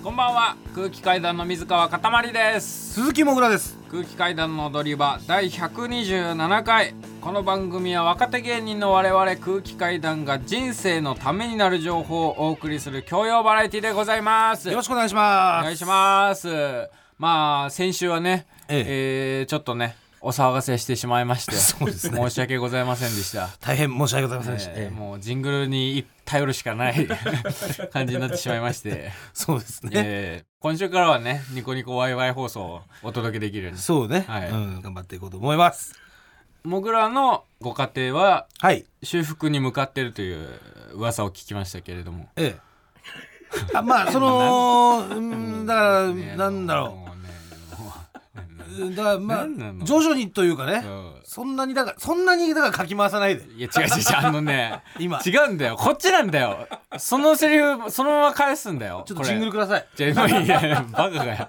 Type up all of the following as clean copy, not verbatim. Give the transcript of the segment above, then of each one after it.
こんばんは。空気階段の水川かたまりです。 鈴木もぐらです。 空気階段の踊り場第127回。この番組は若手芸人の我々空気階段が人生のためになる情報をお送りする教養バラエティでございます。 よろしくお願いします。 お願いします。まあ先週はね、ちょっとねお騒がせしてしまいましてそうですね、 申し訳ございませんでした。 大変申し訳ございませんでした。 もうジングルに頼るしかない感じになってしまいましてそうですね、 今週からはねニコニコワイワイ放送をお届けできるようにそうね、 はい、 頑張っていこうと思います。 もぐらのご家庭は、 はい、 修復に向かっているという噂を聞きましたけれども、 まあそのだからなんだろう、だからまあ徐々にというかね、そんなにだからかき回さないで。 いや違う今違うんだよ、こっちなんだよ。そのセリフそのまま返すんだよ。 ちょっとジングルください。 いやバカがよ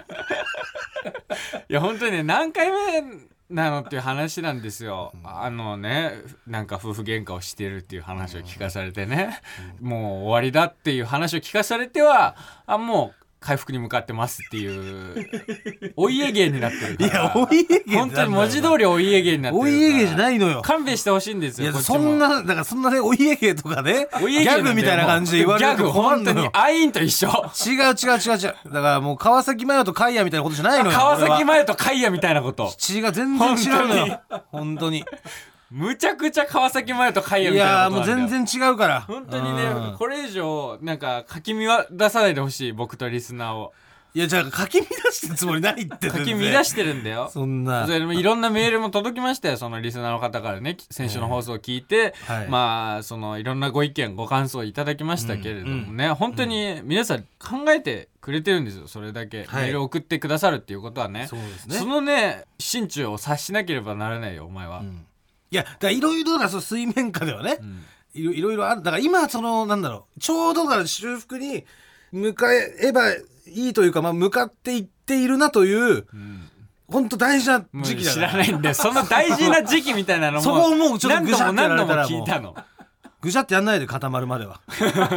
いや本当にね、何回目なのっていう話なんですよ。なんか夫婦喧嘩をしてるっていう話を聞かされてね、もう終わりだっていう話を聞かされてはもう回復に向かってますっていうお家芸になってるから。 いやお家芸本当に文字通りお家芸になってるから。 お家芸じゃないのよ。 勘弁してほしいんですよ。 いやそんなねお家芸とかねギャグみたいな感じで言われると困るのよ。 ギャグ本当にアインと一緒。 違うだからもう川崎麻世とカイヤみたいなことじゃないのよ。 川崎麻世とカイヤみたいなこと。 全然違うのよ。本当にむちゃくちゃ川崎麻世とカイヤみたいなことなんだよ。 いやもう全然違うから。 本当にね、これ以上なんかかき乱さないでほしい、僕とリスナーを。 いやじゃあかき乱してるつもりないって。 かき乱してるんだよ。 そんな。 それいろんなメールも届きましたよ、そのリスナーの方からね。先週の放送を聞いて、まあそのいろんなご意見ご感想いただきましたけれどもね、本当に皆さん考えてくれてるんですよ。それだけ、メールを送ってくださるっていうことはね、 そうですね。 そのね心中を察しなければならないよお前は。 いやだからいろいろな水面下ではね、いろいろある。だから今そのなんだろう、ちょうどから修復に向かえばいいというか、向かっていっているなという、本当大事な時期だから。 知らないんでその大事な時期みたいなのもそこをもうちょっとぐしゃってやられたら聞いたの。 ぐしゃってやんないで固まるまでは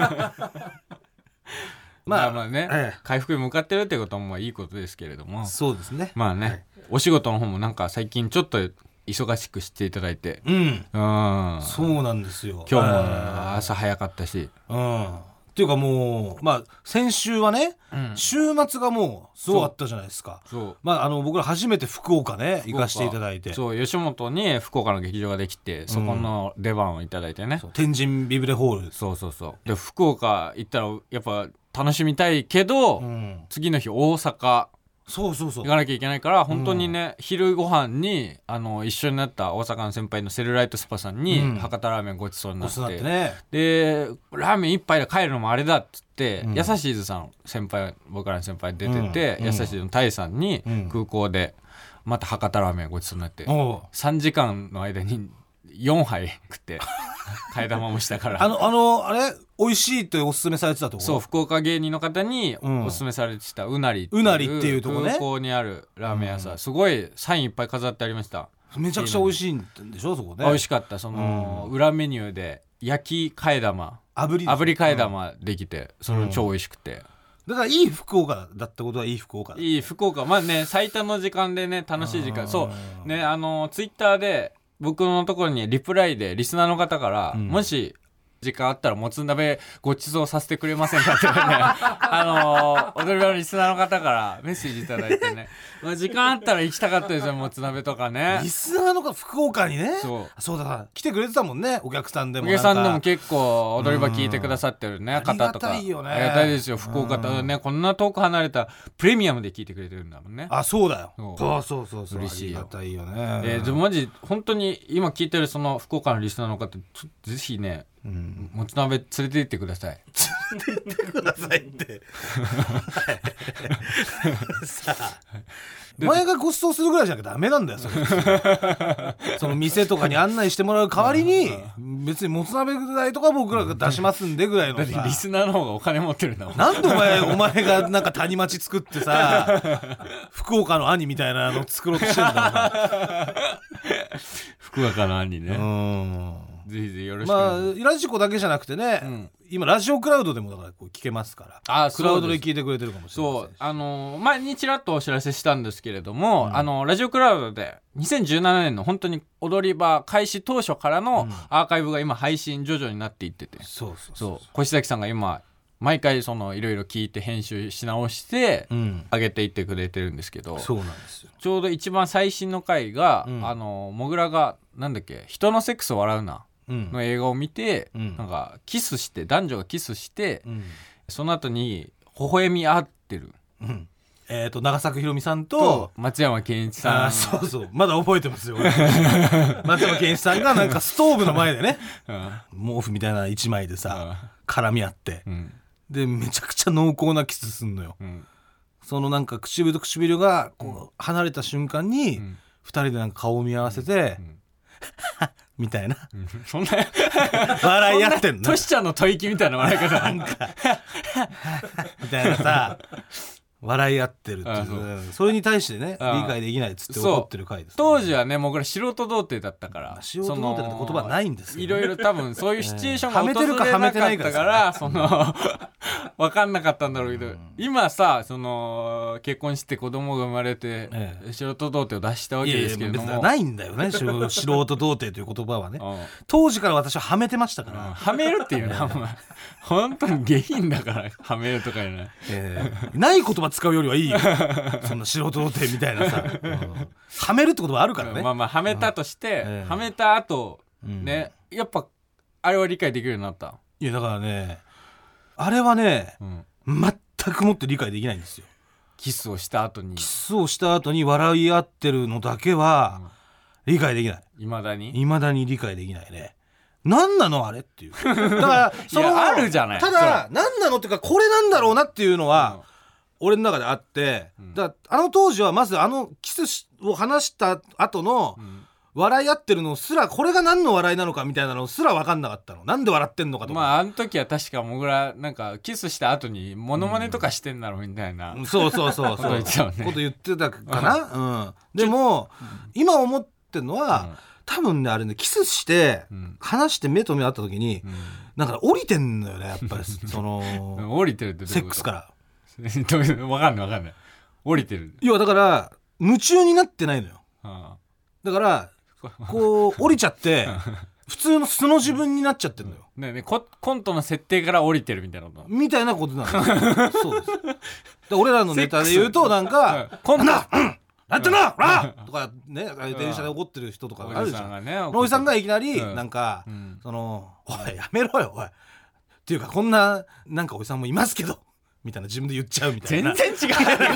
まあね、回復に向かってるってこともいいことですけれども。 そうですね。 まあね、お仕事の方もなんか最近ちょっと忙しくしていただいて、 そうなんですよ。 今日も朝早かったし、 っていうかもう先週はね、週末がもうすごかったじゃないですか。僕ら初めて福岡ね行かせていただいて、 そう吉本に福岡の劇場ができて、そこの出番をいただいてね、 天神ビブレホール。 そうで福岡行ったらやっぱ楽しみたいけど、次の日大阪行かなきゃいけないから、本当にね、昼ご飯に一緒になった大阪の先輩のセルライトスパさんに、博多ラーメンごちそうになって、でラーメン一杯で帰るのもあれだっつって、優しいずさん僕らの先輩出てて、優しいずのタイさんに空港でまた博多ラーメンごちそうになって、3時間の間に4杯食って替え玉もしたからあれ美味しいっておすすめされてたとこ。 そう、福岡芸人の方におすすめされてたうなりっていうとこね、 空港にあるラーメン屋さん、すごいサインいっぱい飾ってありました。 めちゃくちゃ美味しいんでしょそこね。 美味しかった。その裏メニューで焼き替え玉、炙り替え玉できて、それ超美味しくて、 だからいい福岡だったことはいい福岡だ。 いい福岡、まあね、最多の時間でね、楽しい時間。そうね、ツイッターで僕のところにリプライでリスナーの方から、もし時間あったらもつ鍋ごちそうさせてくれませんかってね踊り場のリスナーの方からメッセージいただいてね時間あったら行きたかったですよ、もつ鍋とかね。 リスナーの方福岡にね、そうだから来てくれてたもんね、お客さんでも。 お客さんでも結構踊り場聞いてくださってるね方とか。ありがたいですよ。福岡とね、こんな遠く離れたプレミアムで聞いてくれてるんだもんね。 そうだよ。そう嬉しいよ。 ありがたいよね。 でもマジ本当に今聞いてるその福岡のリスナーの方、ぜひね、もつ鍋連れて行ってください。 連れて行ってくださいってさあ、お前がご馳走するぐらいじゃなきゃダメなんだよその店とかに案内してもらう代わりに、別にもつ鍋代とか僕らが出しますんでぐらいのさ。 だってリスナーの方がお金持ってるんだもん。 なんでお前がなんか谷町作ってさ福岡の兄みたいなの作ろうとしてんだ福岡の兄ね。 ぜひぜひよろしくお願いします。 まあラジコだけじゃなくてね、今ラジオクラウドでもだからこう聞けますから、クラウドで聞いてくれてるかもしれない。 そう前にちらっとお知らせしたんですけれども、ラジオクラウドで2017年の本当に踊り場開始当初からのアーカイブが今配信徐々になっていってて、そう越崎さんが今毎回そのいろいろ聞いて編集し直して上げていってくれてるんですけど、 そうなんですよ。 ちょうど一番最新の回が、もぐらがなんだっけ、人のセックスを笑うなの映画を見て、なんかキスして男女がキスして、その後に微笑み合ってる、 長作ひろみさんと松山ケンイチさん。 そうまだ覚えてますよ松山ケンイチさんがなんかストーブの前でね、毛布みたいな一枚でさ、絡み合って、でめちゃくちゃ濃厚なキスすんのよ、そのなんか唇と唇がこう離れた瞬間に、二人でなんか顔を見合わせて、みたいな、 そんな笑い合ってんの、 トシちゃんの吐息みたいな笑い方なんかみたいなさ笑い合ってるっていう、それに対してね理解できないっつって怒ってる回です、ね、 当時はねもうこれ素人童貞だったから、 素人童貞って言葉ないんですよ、ね、 いろいろ多分そういうシチュエーションが訪れなかったからその分かんなかったんだろうけど、今さその結婚して子供が生まれて、素人童貞を出したわけですけれども、 別にないんだよね素人童貞という言葉はね当時から私ははめてましたから、 はめるっていうのは本当に下品だからはめるとかじゃない、 ない言葉使うよりはいいよそんな素人童貞みたいなさ、はめるって言葉あるからね、 はめたとして、はめた後、ねやっぱあれは理解できるようになった。 いやだからねあれはね、全くもって理解できないんですよ。 キスをした後に笑い合ってるのだけは理解できない。 未だに理解できないね。何なのあれっていう。だからそのあるじゃない。 ただ何なのっていうかこれなんだろうなっていうのは、俺の中であって、だからあの当時はまずキスを話した後の、笑い合ってるのすらこれが何の笑いなのかみたいなのすら分かんなかったの。なんで笑ってんのかとか。 あの時は確かもぐらなんかキスした後にモノマネとかしてんだろうみたいな、 そうこと言ってたかな、でも、今思ってるのは、多分ねあれねキスして話して目と目合った時に、なんか降りてんのよねやっぱりその降りてるってセックスから分かんない降りてる。 要はだから夢中になってないのよ、だからこう降りちゃって普通の素の自分になっちゃってるのよ、 ねコントの設定から降りてるみたいなことなのそうですで俺らのネタで言うとなんかなんだやってんなほらとかね電車で怒ってる人とかあるじゃん。おじさんがいきなりなんかそのおいやめろよおいっていうかこんななんかおじさんもいますけどみたいな自分で言っちゃうみたいな。 全然違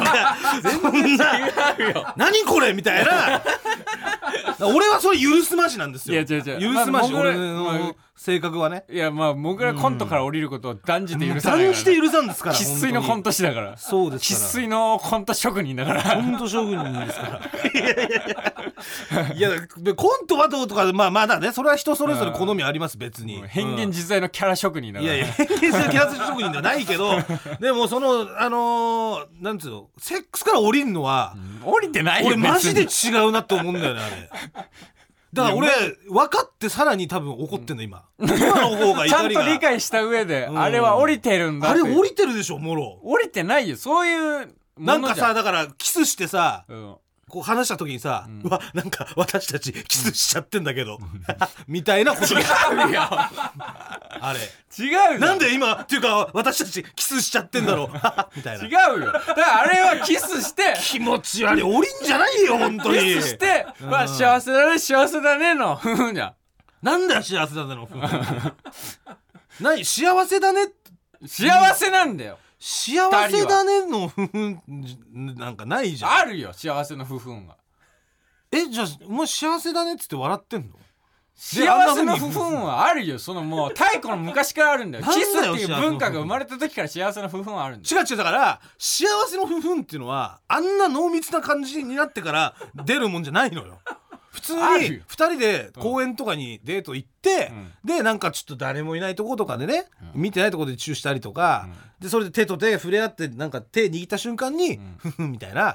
うよ何これみたいな俺はそれ許すまじなんですよ。 いや違う許すまじ、俺の性格はね。 いや僕らコントから降りることを断じて許さないから、 断じて許さんですから生粋のコント師だから。 そうですから生粋のコント職人だからコント職人ですからいやコントはどうとかまだねそれは人それぞれ好みあります。別に変幻自在のキャラ職人だから。 いや変幻自在のキャラ職人ではないけどでもそのなんつうのセックスから降りるのは、 降りてないよ。 俺マジで違うなって思うんだよねあれ。だから俺分かってさらに多分怒ってんの今の方が怒りがちゃんと理解した上で、あれは降りてるんだって。 あれ降りてるでしょもろ。 降りてないよそういうなんかさだからキスしてさ、こう話した時にさ、うわなんか私たちキスしちゃってんだけどみたいなことが違うよあれ違うなんで今っていうか私たちキスしちゃってんだろうみたいな。 違うよだからあれはキスして気持ち悪い降りんじゃないよ本当に。 キスして、幸せだねのふふんじゃん。 なんだよ幸せだねのふふん何幸せだね幸せなんだよ。 幸せだねのふふんなんかないじゃん。 あるよ幸せのふふんが。 じゃあお前幸せだねっつって笑ってんの。 幸せのふふんはあるよ。そのもう太古の昔からあるんだよ。キスっていう文化が生まれた時から幸せのふふんはあるんだよ。 違うだから幸せのふふんっていうのはあんな濃密な感じになってから出るもんじゃないのよ。普通に2人で公園とかにデート行って、でなんかちょっと誰もいないとことかでね、見てないとこでチューしたりとか、でそれで手と手触れ合ってなんか手握った瞬間に、ふふんみたいな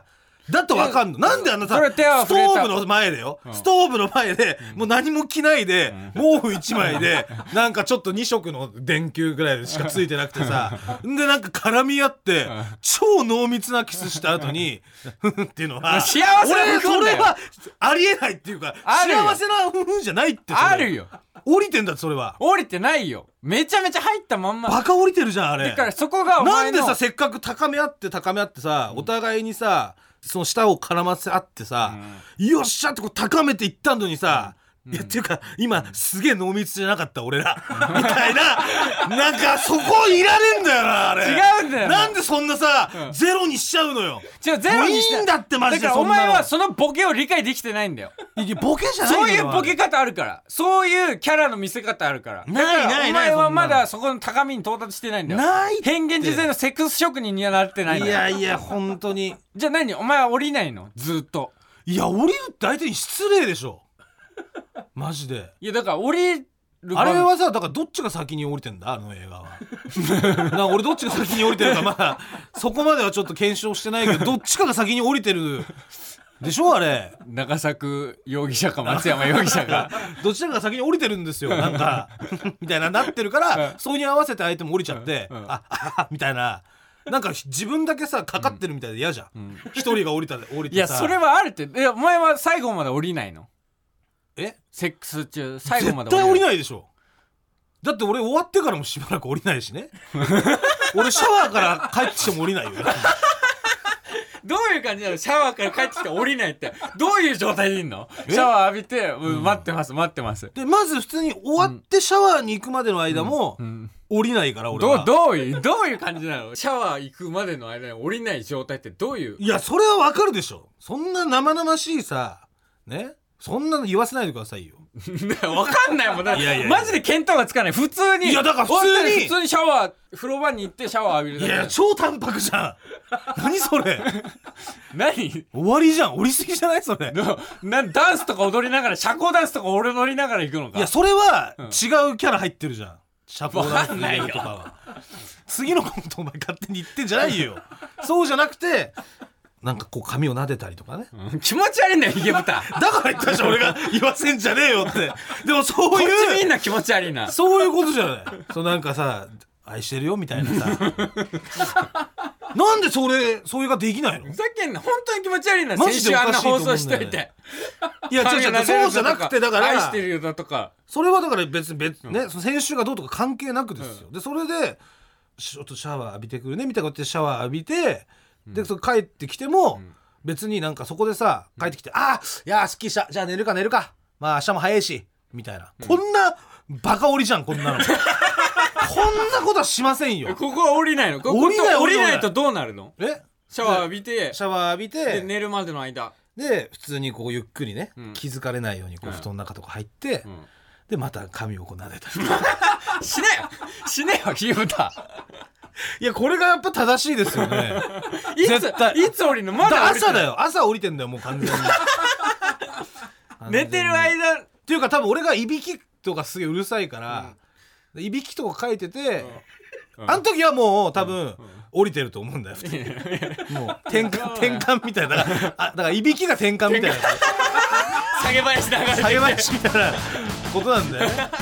だと分かんの。なんであんなさストーブの前でよ、ストーブの前でもう何も着ないで、毛布1枚でなんかちょっと2色の電球ぐらいしかついてなくてさでなんか絡み合って超濃密なキスした後にふふっていうのは幸せな俺それはありえないっていうか幸せなふふじゃないって。 あるよ。 降りてんだって。それは降りてないよ。めちゃめちゃ入ったまんま。 バカ降りてるじゃんあれ。 だからそこがお前のなんでさせっかく高め合ってさ、お互いにさその舌を絡ませ合ってさ、よっしゃってこう高めていったのにさ、いやっていうか今すげえ濃密じゃなかった俺らみたいななんかそこいらねえんだよなあれ。 違うんだよなんでそんなさ、ゼロにしちゃうのよ。 ゼロにしいいんだってマジで。 だからお前はそのボケを理解できてないんだよ。 いやボケじゃないそういうボケ方あるから、そういうキャラの見せ方あるから。 ないお前はまだそこの高みに到達してないんだよ。 ないって。 変幻自在のセックス職人にはなってないんだよ。 いや本当に。 じゃあ何お前は降りないのずっと。 いや降りるって相手に失礼でしょマジで。 いやだから降りるあれはさだからどっちが先に降りてんだあの映画はなんか俺どっちが先に降りてるかまだそこまではちょっと検証してないけどどっちかが先に降りてるでしょあれ。 中作容疑者か松山容疑者がどちらかが先に降りてるんですよなんかみたいななってるからそれに合わせて相手も降りちゃってあみたいな。なんか自分だけさかかってるみたいで嫌じゃん一人が降りてさ。 いやそれはあるって。お前は最後まで降りないの？セックス中最後まで絶対降りないでしょ。だって俺終わってからもしばらく降りないしね俺シャワーから帰ってきても降りないよどういう感じなの？シャワーから帰ってきて降りないってどういう状態でいんの？シャワー浴びて、待ってますでまず普通に終わってシャワーに行くまでの間も、降りないから俺は。 どういう感じなの？シャワー行くまでの間に降りない状態ってどういう。 いやそれはわかるでしょ。そんな生々しいさねそんなの言わせないでくださいよわかんないもんだマジで見当がつかない。普通に。 いやだから普通にシャワー風呂場に行ってシャワー浴びるだけ。 いや超淡白じゃん何それ何終わりじゃん。降りすぎじゃないそれダンスとか踊りながら社交ダンスとか俺乗りながら行くのか。 いやそれは違うキャラ入ってるじゃん。社交ダンスとかは次のことお前勝手に言ってんじゃないよそうじゃなくてなんかこう髪を撫でたりとかね、 気持ち悪いんだよヒゲ豚だから言ったじゃん俺が言わせんじゃねえよってでもそういうこっちみんな気持ち悪いな。 そういうことじゃないそうなんかさ愛してるよみたいなさなんでそういうができないの？ ふざけんな本当に気持ち悪いな。先週あんな放送しといていやそうじゃなくてだから愛してるよだとかそれはだから別ねその先週がどうとか関係なくですよ、でそれでちょっとシャワー浴びてくるねみたいなことでシャワー浴びてでそ帰ってきても、別になんかそこでさ帰ってきて、いやすっきりしたじゃあ寝るかまあ明日も早いしみたいな、こんなバカ降りじゃんこんなのこんなことはしませんよ。 ここは降りないの？降りないとどうなるの？シャワー浴びてで寝るまでの間で普通にこうゆっくりね、気づかれないようにこう布団の中とか入って、でまた髪をこう撫でたりしねよヒゲ豚いやこれがやっぱ正しいですよね絶対いつ降りるの？まだ朝だよ。朝降りてんだよもう完全に寝てる間っていうか多分俺がいびきとかすげえうるさいから、いびきとか書いてて、あの時はもう多分降りてると思うんだよもう転換みたいなだからいびきが転換みたいな下げ林だから下げ林みたいなことなんだよね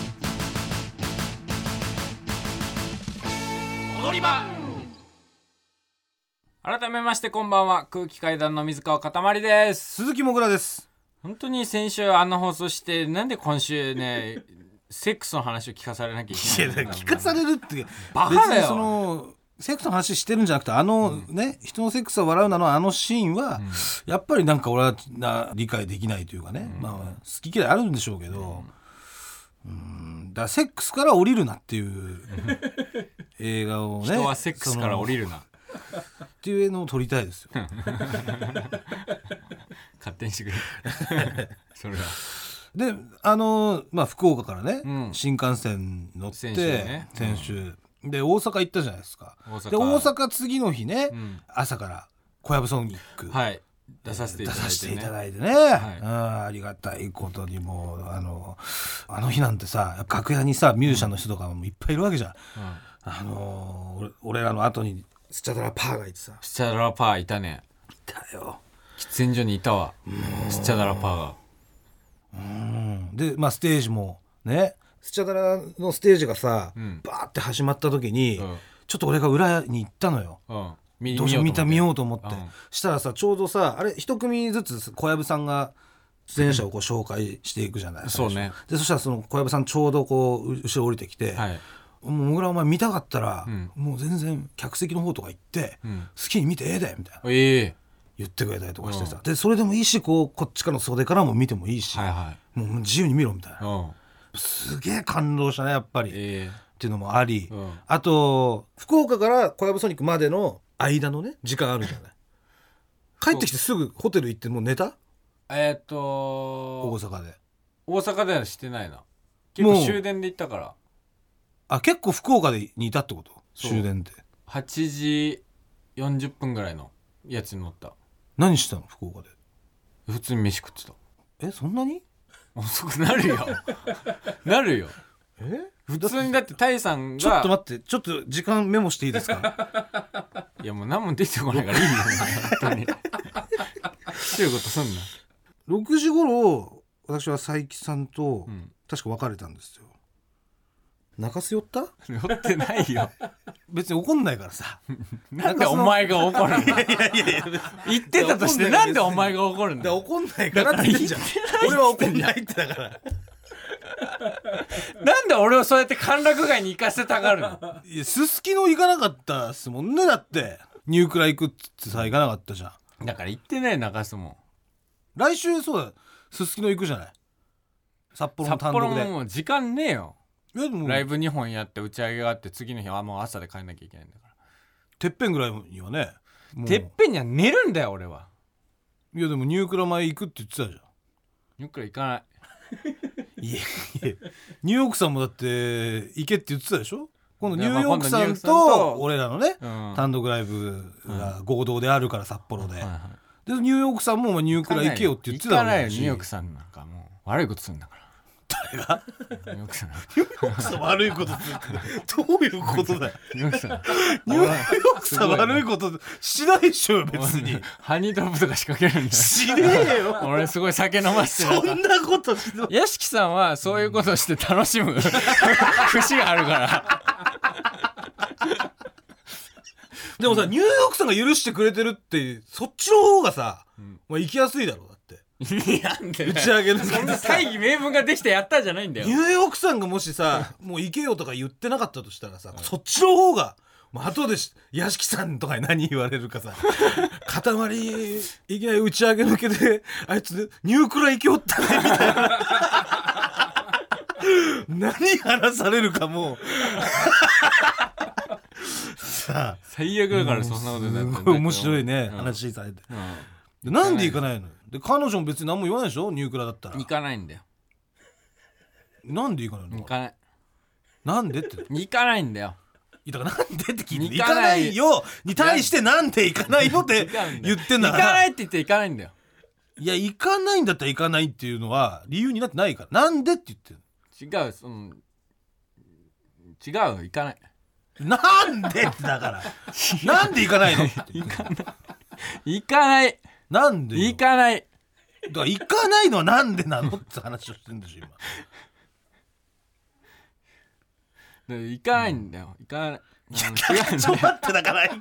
踊り場。改めましてこんばんは、空気階段の水川かたまりです。 鈴木もぐらです。 本当に先週あんな放送してなんで今週ねセックスの話を聞かされなきゃいけない。 いや聞かされるってバカだよ。 別にそのセックスの話してるんじゃなくて人のセックスを笑うなのあのシーンは、やっぱりなんか俺は理解できないというかね、まあ好き嫌いあるんでしょうけど、だからセックスから降りるなっていう映画をね人はセックスから降りるなっていう映画を撮りたいですよ勝手にしてくれそれはで福岡からね、新幹線乗って先週で大阪行ったじゃないですか。で大阪次の日ね、朝から小籔ソニック、 出させていただいてね、 ありがたいことにもうあの日なんてさ楽屋にさミュージシャンの人とかもいっぱいいるわけじゃん、俺らの後にスチャダラパーがいてさ。 スチャダラパーいたね。 たよ。 喫煙所にいたわスチャダラパーが。 でまあステージもね、スチャダラのステージがさ、バーって始まった時に、ちょっと俺が裏に行ったのよ、どうしよう見ようと思って、したらさちょうどさあれ一組ずつ小籔さんが出演者をこう紹介していくじゃない。 そうね。 でそしたらその小籔さんちょうどこう後ろ降りてきて、もうもぐらお前見たかったら、もう全然客席の方とか行って、好きに見てええでみたいな、言ってくれたりとかしてさ、でそれでもいいしこっちからの袖からも見てもいいし、もう自由に見ろみたいな、すげえ感動したねやっぱり、っていうのもあり、あと福岡から小籔ソニックまでの間のね時間あるじゃない。帰ってきてすぐホテル行ってもう寝た？大阪ではしてないな。結構終電で行ったから。 結構福岡にいたってこと？終電で 8時40分ぐらいのやつに乗った。 何したの福岡で？ 普通に飯食ってた。 そんなに遅くなるよなるよ。普通にだってタイさんがちょっと待ってちょっと時間メモしていいですか？ いやもう何も出てこないからいいよ本当にそういうことすんな。 6時頃私は佐伯さんと確か別れたんですよ。泣かす寄った？ 寄ってないよ別に怒んないからさなんでお前が怒るの？いや言ってたとしてなんでお前が怒るの？ 怒んないからって言ってんじゃん。俺は怒んないってだからなんで俺をそうやって歓楽街に行かせたがるの？ いやすすきの行かなかったっすもんね。だってニュークラ行くっつってさ行かなかったじゃん。だから行ってねえ中洲も。 来週そうだすすきの行くじゃない。札幌の単独で。 札幌ももう時間ねえよ。 でもライブ2本やって打ち上げがあって次の日はもう朝で帰んなきゃいけないんだから。 てっぺんぐらいにはね。 てっぺんには寝るんだよ俺は。 いやでもニュークラ前行くって言ってたじゃん。 ニュークラ行かないいやニューヨークさんもだって行けって言ってたでしょ。今度ニューヨークさんと俺らのね、単独ライブが合同であるから札幌で、でニューヨークさんもニュークラ行けよって言ってたわけだし。 行かないよニューヨークさんなんかもう悪いことするんだから。 誰が？ ニューヨークさん。 ニューヨークさん悪いことするってどういうことだよ。 ニューヨークさん。 ニューヨークさん悪いことしないでしょ別に。 ハニードロップとか仕掛けるんだよ。 しねえよ。 俺すごい酒飲ませてそんなことしない。 屋敷さんはそういうことして楽しむ節があるから。 でもさ、ニューヨークさんが許してくれてるってそっちの方がさ、まあ、行きやすいだろうだって。 なんで打ち上げのそんな大義名分ができてやったんじゃないんだよ。 ニューヨークさんがもしさもう行けよとか言ってなかったとしたらさ、そっちの方がもう後で屋敷さんとかに何言われるかさ塊いきなり打ち上げ抜けであいつニュークラ行きおったねみたいな何話されるかもうさあ最悪だからそんなことになって。 すごい面白いね、話されて、でなんで行かないの？で彼女も別に何も言わないでしょニュークラだったら。 行かないんだよ。 なんで行かないの？ 行かない。 なんでって行かないんだよ。 だからなんでって聞いて行かないよに対してなんで行かないのって言ってんだから。 行かないって言って行かないんだよ。 いや行かないんだったら行かないっていうのは理由になってないから。なんでって言ってる。 違う行かない。 なんでってだからなんで行かないのって行かない行かないなんで行かないだから行かないのはなんでなのって話をしてるんでしょ今。行かないんだよ。行かない。 いやちょっと待ってだから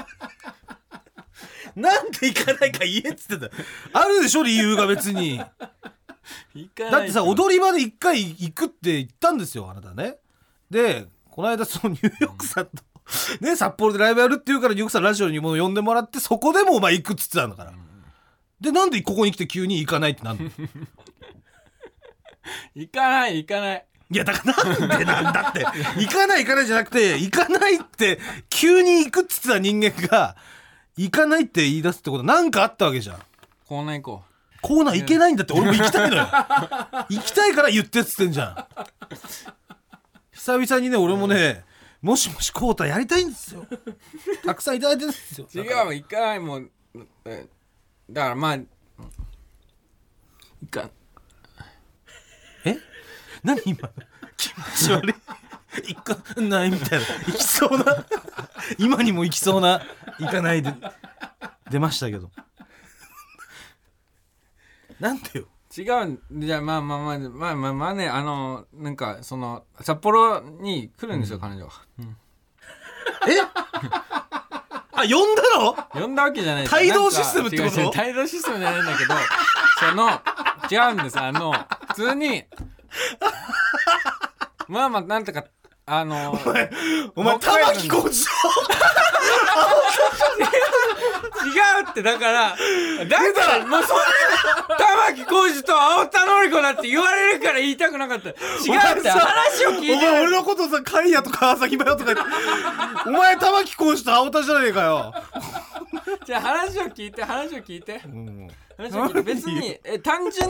なんで行かないか言えっつってた。あるでしょ理由が別に。だってさ踊り場で一回行くって言ったんですよあなたね。でこの間そのニューヨークさんと、ね札幌でライブやるっていうからニューヨークさんラジオにも呼んでもらってそこでもお前行くっつってたんだから。でなんでここに来て急に行かないってなんの？ 行かない行かない。 いやだからなんでなんだって行かないじゃなくて行かないって急に行くっつってた人間が行かないって言い出すってことなんかあったわけじゃん。 コーナー行こう。 コーナー行けないんだって俺も行きたいのよ行きたいから言ってっつってんじゃん。久々にね俺もねもしもしコータやりたいんですよたくさんいただいてるんですよ。 違う行かないもん。だからまあ行か何今気持ち悪い行かないみたいな行きそうな今にも行きそうな行かないで出ましたけどなんでよ。 違うんじゃあまあねなんかその札幌に来るんですよ、彼女は。 えあ、呼んだの？ 呼んだわけじゃないです。 帯同システムってこと？ 違う帯同システムじゃないんだけど違うんです。普通にまあなんとかお前玉置浩二違うってだからもうそんな玉置浩二と青田典子だって言われるから言いたくなかった。違うって話を聞いて。 お前俺のことさカイヤと川崎麻世とか言ってお前玉置浩二と青田じゃねえかよ。 じゃあ話を聞いて、別に単純に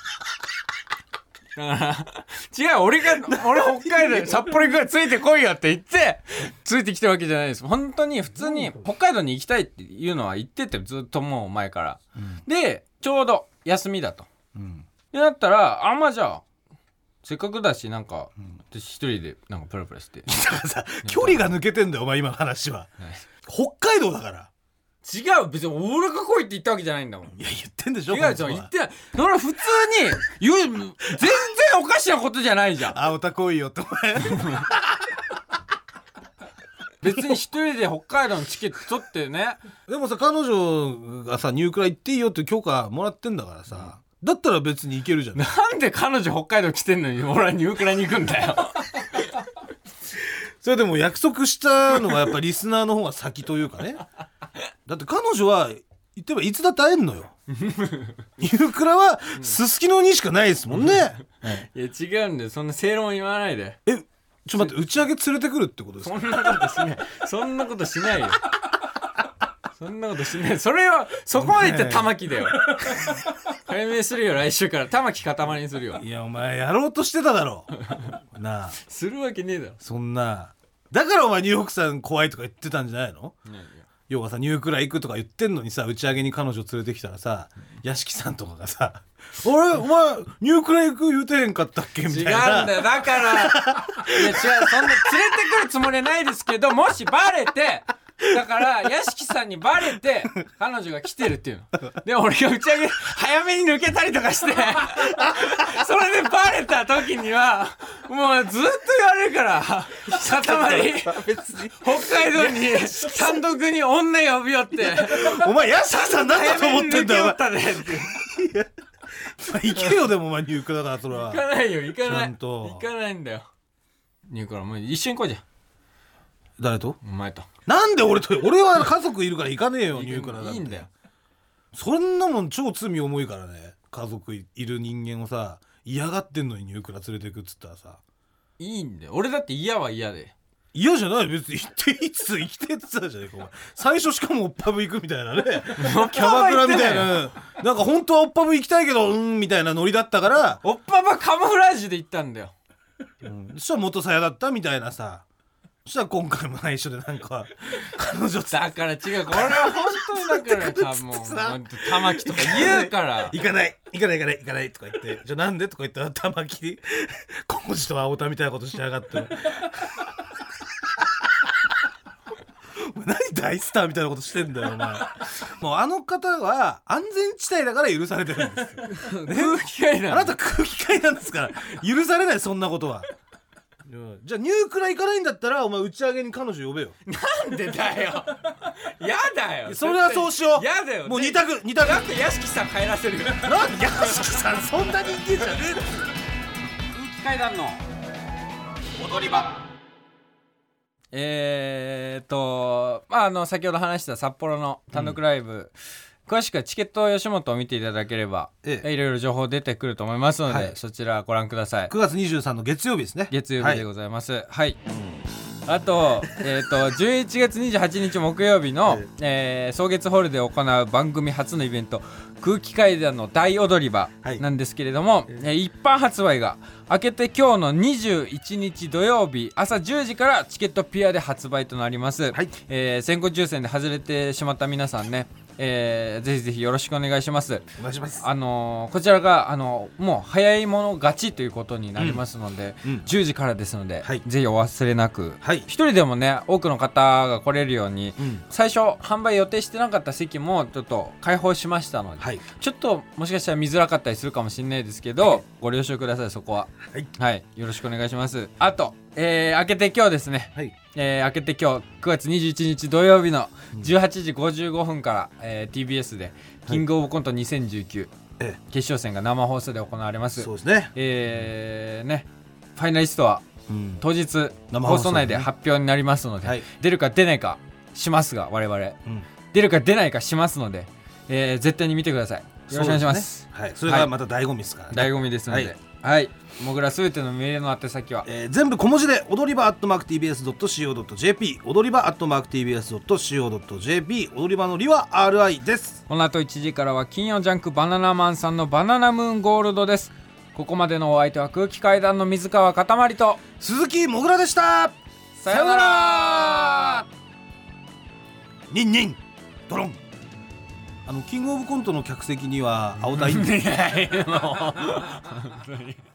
だから違う、俺北海道札幌行くからついてこいよって言ってついてきてるわけじゃないです。本当に普通に北海道に行きたいっていうのは言ってて、ずっともう前から、でちょうど休みだと、でなったらまあじゃあせっかくだしなんか、一人でなんかプラプラしてだからさ、距離が抜けてんだよお前今の話は、北海道だから。 違う、別に俺が来いって言ったわけじゃないんだもん。 いや言ってんでしょ。 違う言ってない。それは普通に全然おかしなことじゃないじゃん。 青田来いよってお前別に一人で北海道のチケット取ってね。 でもさ、彼女がさニュークラ行っていいよって許可もらってんだからさ、だったら別に行けるじゃん。 なんで彼女北海道来てんのに俺はニュークラに行くんだよそれでも約束したのはやっぱリスナーの方が先というかね。だって彼女は言ってばいつだって会えんのよニュークラはすすきのにしかないですもんねいや違うんだよ、そんな正論言わないで。 ちょっと待って、打ち上げ連れてくるってことですか？ そんなことしない。そんなことしないよそんなことしない。それはそこまで言ったら玉木だよ解明するよ、来週から玉木塊にするよ。 いやお前やろうとしてただろなあ。 するわけねえだろそんな。だからお前ニューヨークさん怖いとか言ってたんじゃないの？要はさ、ニュークラ行くとか言ってんのにさ、打ち上げに彼女連れてきたらさ、屋敷さんとかがさお前ニュークラ行く言うてへんかったっけみたいな。 違うんだよ、だからいや違う、そんな連れてくるつもりはないですけど、もしバレて、だから屋敷さんにバレて彼女が来てるっていうので、俺が打ち上げ早めに抜けたりとかしてそれでバレた時にはもうずっと言われるから塊北海道に単独に女呼びよってお前屋敷さんなんだと思ってんだよ早めに抜けよったで行けよ。でもお前ニュークラだからそれは行かないよ、行かない、 ちゃんと行かないんだよニュークラ。もう一緒に来いじゃん。 誰と？ お前と。 なんで俺は家族いるから行かねえよニュークラだって。 いいんだよ、 そんなもん超罪重いからね。家族いる人間をさ嫌がってんのにニュークラ連れてくっつったらさ、 いいんだよ。俺だって嫌は嫌で。 嫌じゃない、別に行っていつ生きてって言ってたじゃねえかお前。最初しかもおっぱぶ行くみたいなねキャバクラみたいな、なんか本当はおっぱぶ行きたいけどみたいなノリだったから、 おっぱばカモフラージュで行ったんだよ、 そしたら元さやだったみたいなさ。そしたら今回も内緒でなんか彼女だから違う、これは本当にだからさもう玉木とか言うから行かないとか言って、じゃあなんでとか言ったら玉木コンジと青田みたいなことしやがって何大スターみたいなことしてんだよお前。もうあの方は安全地帯だから許されてるんですよ、ね、 空気階段。 あなた空気階なんですから許されない、そんなことは。じゃあニュークラ行かないんだったらお前打ち上げに彼女呼べよ。 なんでだよやだよ、 それはそうしよう。 やだよ、 もう2択だって屋敷さん帰らせるよなんで屋敷さんそんな人間じゃねえ。 空気階段の踊り場。先ほど話した札幌の単独ライブ、詳しくはチケット吉本を見ていただければ、いろいろ情報出てくると思いますので、そちらご覧ください。 9月23の月曜日ですね。 月曜日でございます。はい。あと、11月28日木曜日の、草月ホールで行う番組初のイベント、空気階段の大踊り場なんですけれども、一般発売が明けて今日の21日土曜日朝10時からチケットピアで発売となります、 はい先行抽選で外れてしまった皆さんね、ぜひぜひよろしくお願いします。 お願いします。 こちらがもう早い者勝ちということになりますので、10時からですので、ぜひお忘れなく、一人でもね多くの方が来れるように、最初販売予定してなかった席もちょっと開放しましたので、ちょっともしかしたら見づらかったりするかもしれないですけど、ご了承ください。そこはよろしくお願いします。あと、明けて今日ですね、明けて今日9月21日土曜日の18時55分から、TBS でキングオブコント2019、決勝戦が生放送で行われます。 そうですね。 ファイナリストは当日放送内で発表になりますので、出るか出ないかしますが、我々、出るか出ないかしますので、絶対に見てください。よろしくお願いします。 それがまた醍醐味ですからね。 醍醐味ですので、もぐらすべてのメールの宛先は、 全部小文字で踊り場@tbs.co.jp、 踊り場@tbs.co.jp、 踊り場のりは RI です。 この後1時からは金曜ジャンクバナナマンさんのバナナムーンゴールドです。ここまでのお相手は空気階段の水川かたまりと鈴木もぐらでした。 さよなら。 ニンニンドロン。キングオブコントの客席には青田いいんです